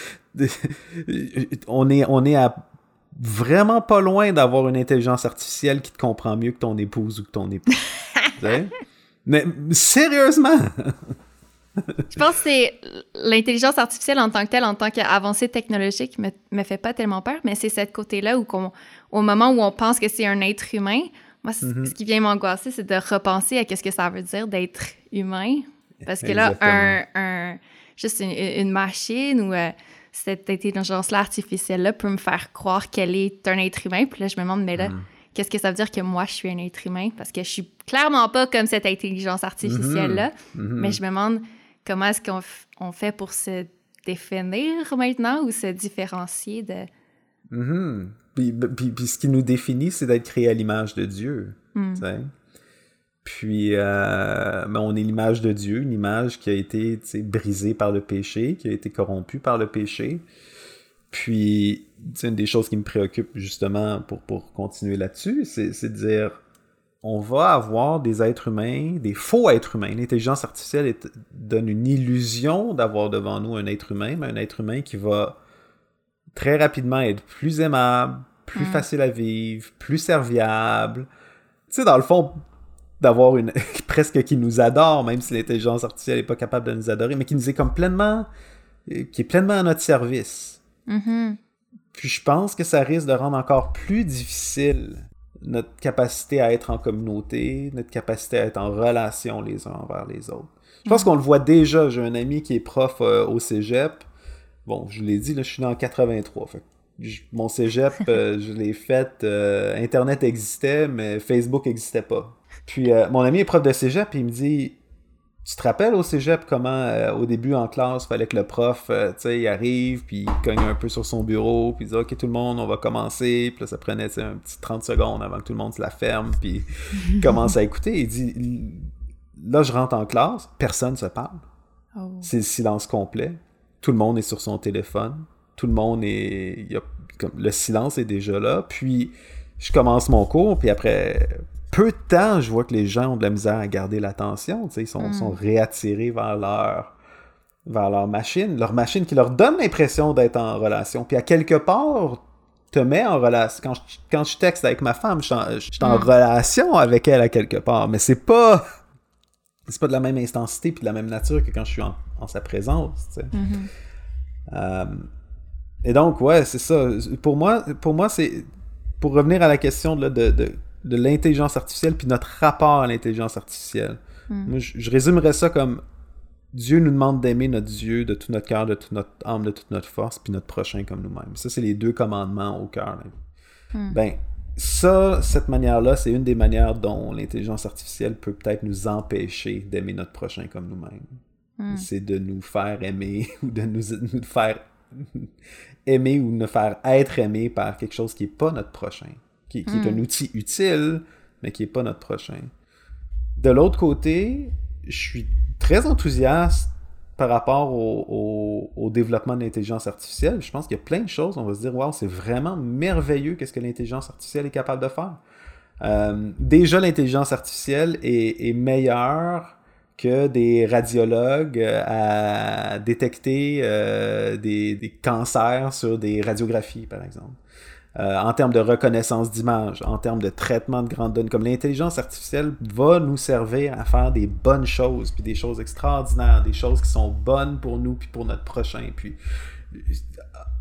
on est à vraiment pas loin d'avoir une intelligence artificielle qui te comprend mieux que ton épouse ou que ton époux. Mais sérieusement! Je pense que c'est l'intelligence artificielle en tant que telle, en tant qu'avancée technologique, me fait pas tellement peur, mais c'est cette côté-là où au moment où on pense que c'est un être humain, moi, ce qui vient m'angoisser, c'est de repenser à qu'est-ce que ça veut dire d'être humain. Parce que là, juste une machine ou cette intelligence-là artificielle-là peut me faire croire qu'elle est un être humain. Puis là, je me demande, mais là, qu'est-ce que ça veut dire que moi, je suis un être humain? Parce que je suis clairement pas comme cette intelligence artificielle-là. Mais je me demande comment est-ce qu'on fait pour se définir maintenant ou se différencier de... Puis ce qui nous définit, c'est d'être créé à l'image de Dieu. Puis, mais on est l'image de Dieu, une image qui a été brisée par le péché, qui a été corrompue par le péché. Puis, une des choses qui me préoccupe justement pour continuer là-dessus, c'est de dire, on va avoir des êtres humains, des faux êtres humains. L'intelligence artificielle donne une illusion d'avoir devant nous un être humain, mais un être humain qui va très rapidement être plus aimable, plus facile à vivre, plus serviable. Tu sais, dans le fond, d'avoir une presque qui nous adore, même si l'intelligence artificielle n'est pas capable de nous adorer, mais qui nous est comme qui est pleinement à notre service. Puis je pense que ça risque de rendre encore plus difficile notre capacité à être en communauté, notre capacité à être en relation les uns envers les autres. Je pense qu'on le voit déjà. J'ai un ami qui est prof au cégep. Bon, je l'ai dit, là, je suis né en 83. Fait mon cégep, je l'ai fait... Internet existait, mais Facebook n'existait pas. Puis mon ami est prof de cégep, et il me dit... Tu te rappelles au cégep comment, au début, en classe, il fallait que le prof, tu sais, il arrive, puis il cogne un peu sur son bureau, puis il dit « Ok, tout le monde, on va commencer. » Puis là, ça prenait un petit 30 secondes avant que tout le monde se la ferme, puis il commence à écouter. Il dit « Là, je rentre en classe, personne ne se parle. C'est le silence complet. Tout le monde est sur son téléphone. Tout le monde est... le silence est déjà là. Puis, je commence mon cours, puis après... Peu de temps, je vois que les gens ont de la misère à garder l'attention. Ils sont réattirés vers leur machine. Leur machine qui leur donne l'impression d'être en relation. Puis à quelque part, te met en relation. Quand je texte avec ma femme, je suis en relation avec elle à quelque part. Mais c'est pas de la même intensité puis de la même nature que quand je suis en sa présence. Et donc, ouais, c'est ça. Pour moi, c'est... Pour revenir à la question de l'intelligence artificielle puis notre rapport à l'intelligence artificielle. Moi, je résumerais ça comme Dieu nous demande d'aimer notre Dieu de tout notre cœur, de toute notre âme, de toute notre force, puis notre prochain comme nous-mêmes. Ça, c'est les 2 commandements au cœur. Ben, ça, cette manière-là, c'est une des manières dont l'intelligence artificielle peut peut-être nous empêcher d'aimer notre prochain comme nous-mêmes. C'est de nous faire aimer ou de nous faire aimer ou nous faire être aimé par quelque chose qui n'est pas notre prochain. Qui est un outil utile, mais qui n'est pas notre prochain. De l'autre côté, je suis très enthousiaste par rapport au développement de l'intelligence artificielle. Je pense qu'il y a plein de choses, on va se dire, waouh, c'est vraiment merveilleux qu'est-ce que l'intelligence artificielle est capable de faire. Déjà, l'intelligence artificielle est meilleure que des radiologues à détecter des cancers sur des radiographies, par exemple. En termes de reconnaissance d'images, en termes de traitement de grandes données, comme l'intelligence artificielle va nous servir à faire des bonnes choses, puis des choses extraordinaires, des choses qui sont bonnes pour nous, puis pour notre prochain. Puis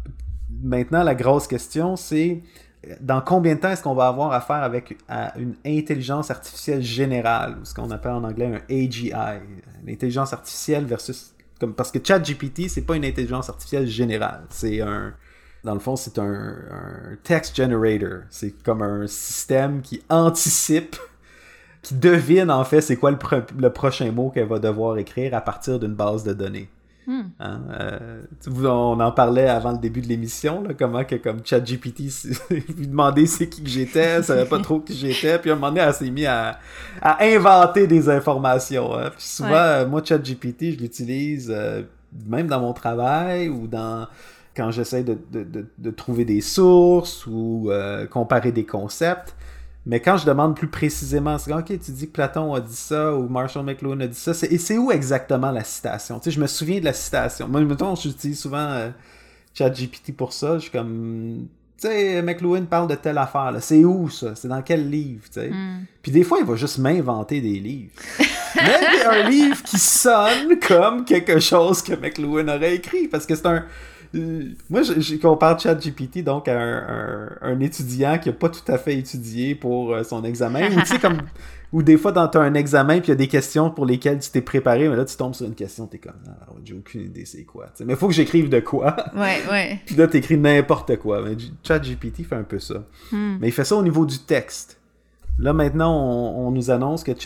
Maintenant, la grosse question, c'est dans combien de temps est-ce qu'on va avoir affaire avec une intelligence artificielle générale, ou ce qu'on appelle en anglais un AGI, l'intelligence artificielle versus... parce que ChatGPT, c'est pas une intelligence artificielle générale, dans le fond, c'est un text generator. C'est comme un système qui anticipe, qui devine en fait c'est quoi le prochain mot qu'elle va devoir écrire à partir d'une base de données. Hein? On en parlait avant le début de l'émission, là, comment que comme ChatGPT lui demandait c'est qui que j'étais, elle savait pas trop qui j'étais, puis à un moment donné, elle s'est mise à inventer des informations. Hein? Puis souvent, moi, ChatGPT, je l'utilise même dans mon travail ou quand j'essaie de trouver des sources ou comparer des concepts. Mais quand je demande plus précisément, c'est « Ok, tu dis que Platon a dit ça ou Marshall McLuhan a dit ça. » Et c'est où exactement la citation? Tu sais, je me souviens de la citation. Moi, mettons, j'utilise souvent ChatGPT pour ça. Je suis comme... Tu sais, McLuhan parle de telle affaire. Là. C'est où ça? C'est dans quel livre? Tu sais? Puis des fois, il va juste m'inventer des livres. Mais un livre qui sonne comme quelque chose que McLuhan aurait écrit. Parce que c'est un... Moi, je compare ChatGPT donc à un étudiant qui n'a pas tout à fait étudié pour son examen. Ou tu sais, comme... Ou des fois, tu as un examen puis il y a des questions pour lesquelles tu t'es préparé, mais là, tu tombes sur une question, t'es comme, ah, j'ai aucune idée c'est quoi. T'sais. Mais il faut que j'écrive de quoi. Ouais. Puis là, t'écris n'importe quoi. Mais ChatGPT fait un peu ça. Mais il fait ça au niveau du texte. Là, maintenant, on nous annonce que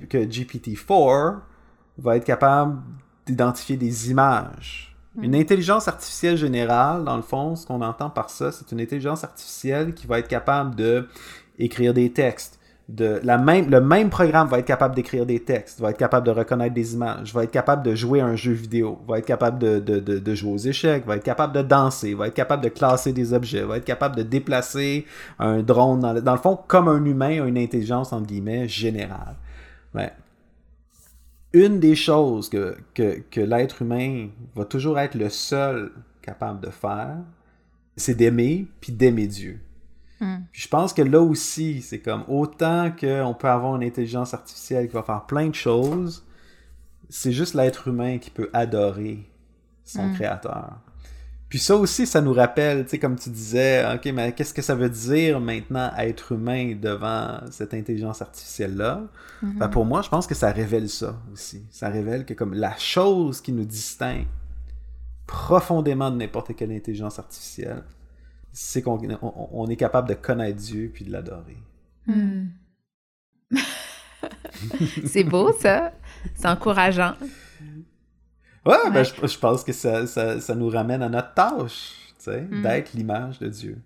GPT-4 va être capable d'identifier des images. Une intelligence artificielle générale, dans le fond, ce qu'on entend par ça, c'est une intelligence artificielle qui va être capable d'écrire des textes. Le même programme va être capable d'écrire des textes, va être capable de reconnaître des images, va être capable de jouer à un jeu vidéo, va être capable de jouer aux échecs, va être capable de danser, va être capable de classer des objets, va être capable de déplacer un drone. Dans le fond, comme un humain a une intelligence, entre guillemets, générale. Ouais. Une des choses que l'être humain va toujours être le seul capable de faire, c'est d'aimer, puis d'aimer Dieu. Puis je pense que là aussi, c'est comme autant qu'on peut avoir une intelligence artificielle qui va faire plein de choses, c'est juste l'être humain qui peut adorer son créateur. Puis ça aussi, ça nous rappelle, tu sais, comme tu disais, OK, mais qu'est-ce que ça veut dire maintenant être humain devant cette intelligence artificielle-là? Ben pour moi, je pense que ça révèle ça aussi. Ça révèle que comme la chose qui nous distingue profondément de n'importe quelle intelligence artificielle, c'est qu'on est capable de connaître Dieu puis de l'adorer. C'est beau, ça. C'est encourageant. Ouais, ben je pense que ça nous ramène à notre tâche, tu sais, d'être l'image de Dieu.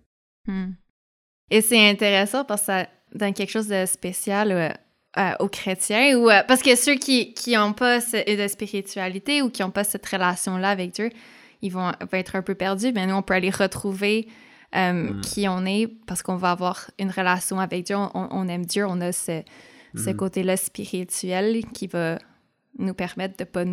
Et c'est intéressant parce que ça donne quelque chose de spécial aux chrétiens, parce que ceux qui n'ont pas de spiritualité ou qui n'ont pas cette relation-là avec Dieu, ils vont être un peu perdus, mais nous, on peut aller retrouver qui on est parce qu'on va avoir une relation avec Dieu, on aime Dieu, on a ce côté-là spirituel qui va nous permettre de ne pas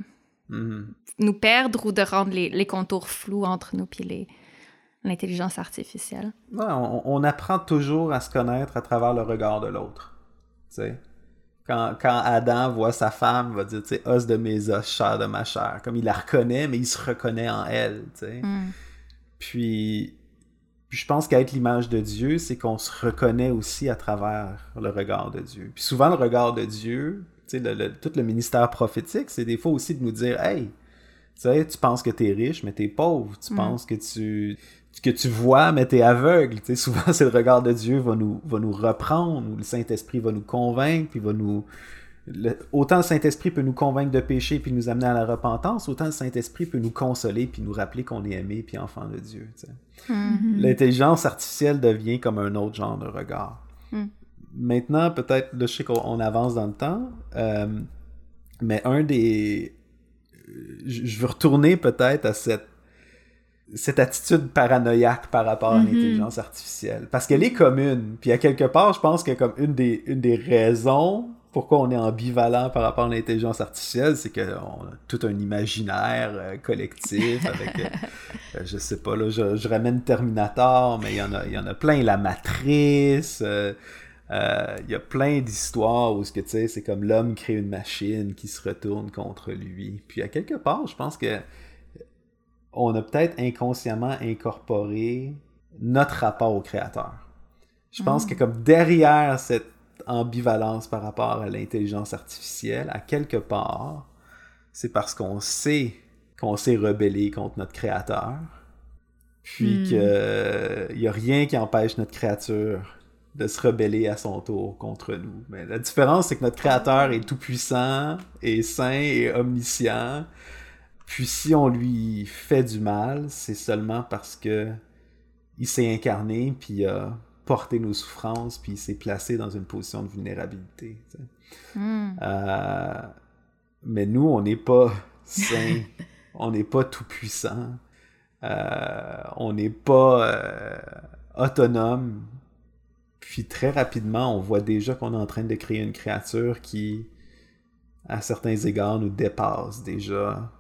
nous perdre ou de rendre les contours flous entre nous et l'intelligence artificielle. Ouais, on apprend toujours à se connaître à travers le regard de l'autre. Tu sais, quand Adam voit sa femme, il va dire, tu sais, os de mes os, chair de ma chair. Comme il la reconnaît, mais il se reconnaît en elle. Tu sais. Puis je pense qu'être l'image de Dieu, c'est qu'on se reconnaît aussi à travers le regard de Dieu. Puis souvent, le regard de Dieu, tu sais, tout le ministère prophétique, c'est des fois aussi de nous dire, hey, tu sais, tu penses que t'es riche, mais t'es pauvre. Tu penses que tu vois, mais t'es aveugle. Tu sais, souvent, c'est le regard de Dieu va nous reprendre, ou le Saint-Esprit va nous convaincre, puis autant le Saint-Esprit peut nous convaincre de péché puis nous amener à la repentance, autant le Saint-Esprit peut nous consoler puis nous rappeler qu'on est aimé puis enfant de Dieu. Tu sais. L'intelligence artificielle devient comme un autre genre de regard. Maintenant, peut-être, là, je sais qu'on avance dans le temps, mais je veux retourner peut-être à cette attitude paranoïaque par rapport à l'intelligence artificielle. Parce qu'elle est commune. Puis à quelque part, je pense que comme une des raisons pourquoi on est ambivalent par rapport à l'intelligence artificielle, c'est qu'on a tout un imaginaire collectif avec, je sais pas, là, je ramène Terminator, mais il y en a plein, La Matrice, il y a plein d'histoires où tu sais, c'est comme l'homme crée une machine qui se retourne contre lui. Puis à quelque part, je pense que on a peut-être inconsciemment incorporé notre rapport au créateur. Je pense que comme derrière cette ambivalence par rapport à l'intelligence artificielle, à quelque part, c'est parce qu'on s'est rebellé contre notre créateur, puis qu'il n'y a rien qui empêche notre créature de se rebeller à son tour contre nous. Mais la différence, c'est que notre créateur est tout-puissant, est saint et omniscient, puis si on lui fait du mal, c'est seulement parce que il s'est incarné, puis il a porté nos souffrances, puis il s'est placé dans une position de vulnérabilité. Mais nous, on n'est pas saints, on n'est pas tout-puissant, on n'est pas autonome. Puis très rapidement, on voit déjà qu'on est en train de créer une créature qui, à certains égards, nous dépasse déjà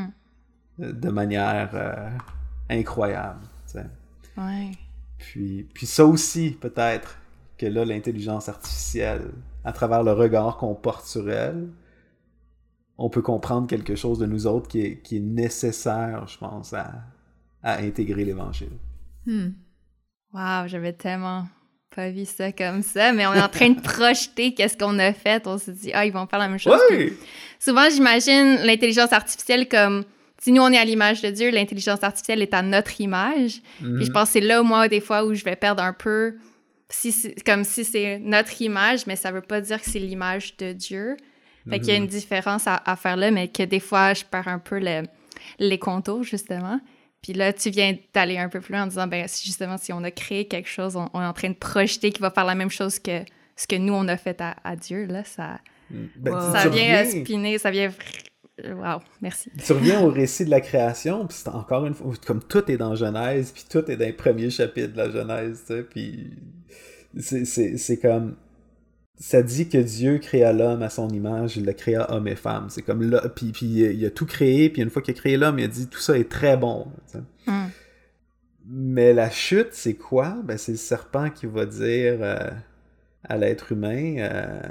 de manière incroyable. T'sais. Ouais. Puis ça aussi, peut-être, que là, l'intelligence artificielle, à travers le regard qu'on porte sur elle, on peut comprendre quelque chose de nous autres qui est nécessaire, je pense, à intégrer l'Évangile. Wow, j'avais tellement pas vu ça comme ça, mais on est en train de projeter qu'est-ce qu'on a fait. On se dit, ils vont faire la même chose. Oui! Souvent, j'imagine l'intelligence artificielle comme... Si nous, on est à l'image de Dieu, l'intelligence artificielle est à notre image. Puis je pense que c'est là, moi, des fois, où je vais perdre un peu... comme si c'est notre image, mais ça veut pas dire que c'est l'image de Dieu. Fait qu'il y a une différence à faire là, mais que des fois, je perds un peu les contours, justement. Puis là, tu viens d'aller un peu plus loin en disant, justement, si on a créé quelque chose, on est en train de projeter qu'il va faire la même chose que ce que nous, on a fait à Dieu. Là, ça vient spinner, ça vient... Wow, merci. Tu reviens au récit de la création, puis c'est encore une fois, comme tout est dans Genèse, puis tout est dans les premiers chapitres de la Genèse, tu sais, puis c'est comme... Ça dit que Dieu créa l'homme à son image, il le créa homme et femme. C'est comme là, puis il a tout créé, puis une fois qu'il a créé l'homme, il a dit tout ça est très bon. Tu sais. Mais la chute, c'est quoi? C'est le serpent qui va dire à l'être humain,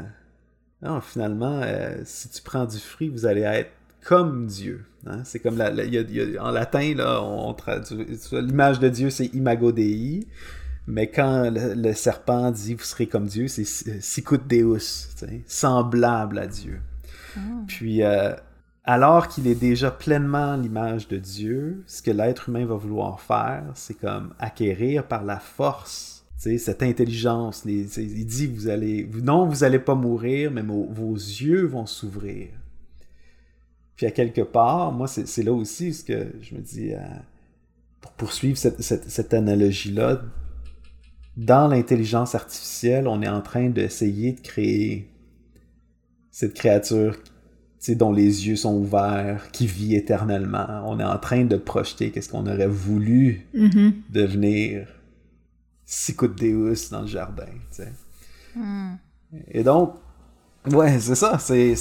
non, finalement, si tu prends du fruit, vous allez être comme Dieu. Hein? C'est comme, en latin, là, on traduit, l'image de Dieu, c'est imago Dei. Mais quand le serpent dit « vous serez comme Dieu », c'est « sicut Deus », semblable à Dieu. Puis, alors qu'il est déjà pleinement l'image de Dieu, ce que l'être humain va vouloir faire, c'est comme acquérir par la force cette intelligence. Il dit « vous allez pas mourir, mais vos yeux vont s'ouvrir ». Puis à quelque part, moi, c'est là aussi ce que je me dis, pour poursuivre cette analogie-là, dans l'intelligence artificielle, on est en train d'essayer de créer cette créature dont les yeux sont ouverts, qui vit éternellement. On est en train de projeter qu'est-ce qu'on aurait voulu devenir sicut Deus dans le jardin. Et donc, ouais, c'est ça.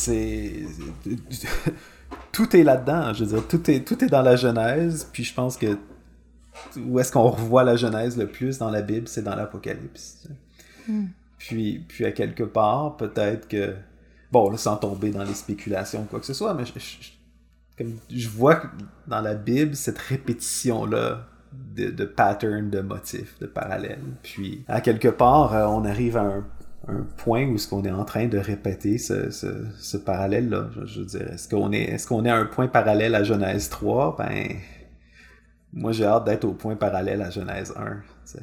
Tout est là-dedans. Je veux dire, tout est dans la Genèse. Puis je pense que où est-ce qu'on revoit la Genèse le plus dans la Bible, c'est dans l'Apocalypse. Puis à quelque part, peut-être que... Bon, là, sans tomber dans les spéculations ou quoi que ce soit, mais je vois dans la Bible cette répétition-là de patterns, de motifs, de parallèles. Puis, à quelque part, on arrive à un point où est-ce qu'on est en train de répéter ce parallèle-là. Je veux dire, est-ce qu'on est à un point parallèle à Genèse 3? Moi, j'ai hâte d'être au point parallèle à Genèse 1.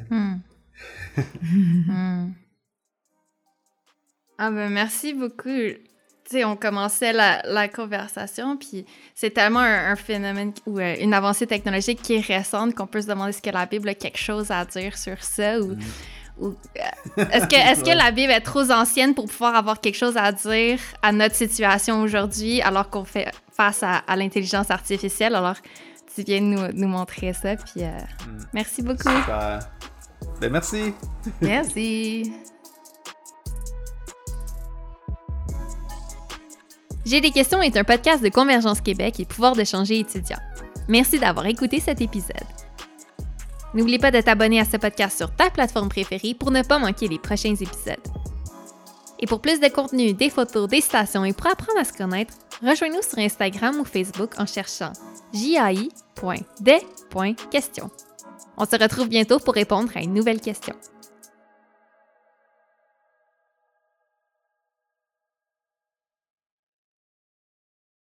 Merci beaucoup. On commençait la conversation, puis c'est tellement un phénomène ou une avancée technologique qui est récente qu'on peut se demander est-ce que la Bible a quelque chose à dire sur ça ou est-ce que la Bible est trop ancienne pour pouvoir avoir quelque chose à dire à notre situation aujourd'hui alors qu'on fait face à l'intelligence artificielle? Alors, tu viens de nous montrer ça, puis merci beaucoup. Super. Merci. Merci. J'ai des questions est un podcast de Convergence Québec et Pouvoir de changer étudiant. Merci d'avoir écouté cet épisode. N'oublie pas de t'abonner à ce podcast sur ta plateforme préférée pour ne pas manquer les prochains épisodes. Et pour plus de contenu, des photos, des citations et pour apprendre à se connaître, rejoins-nous sur Instagram ou Facebook en cherchant jai.des.questions. On se retrouve bientôt pour répondre à une nouvelle question.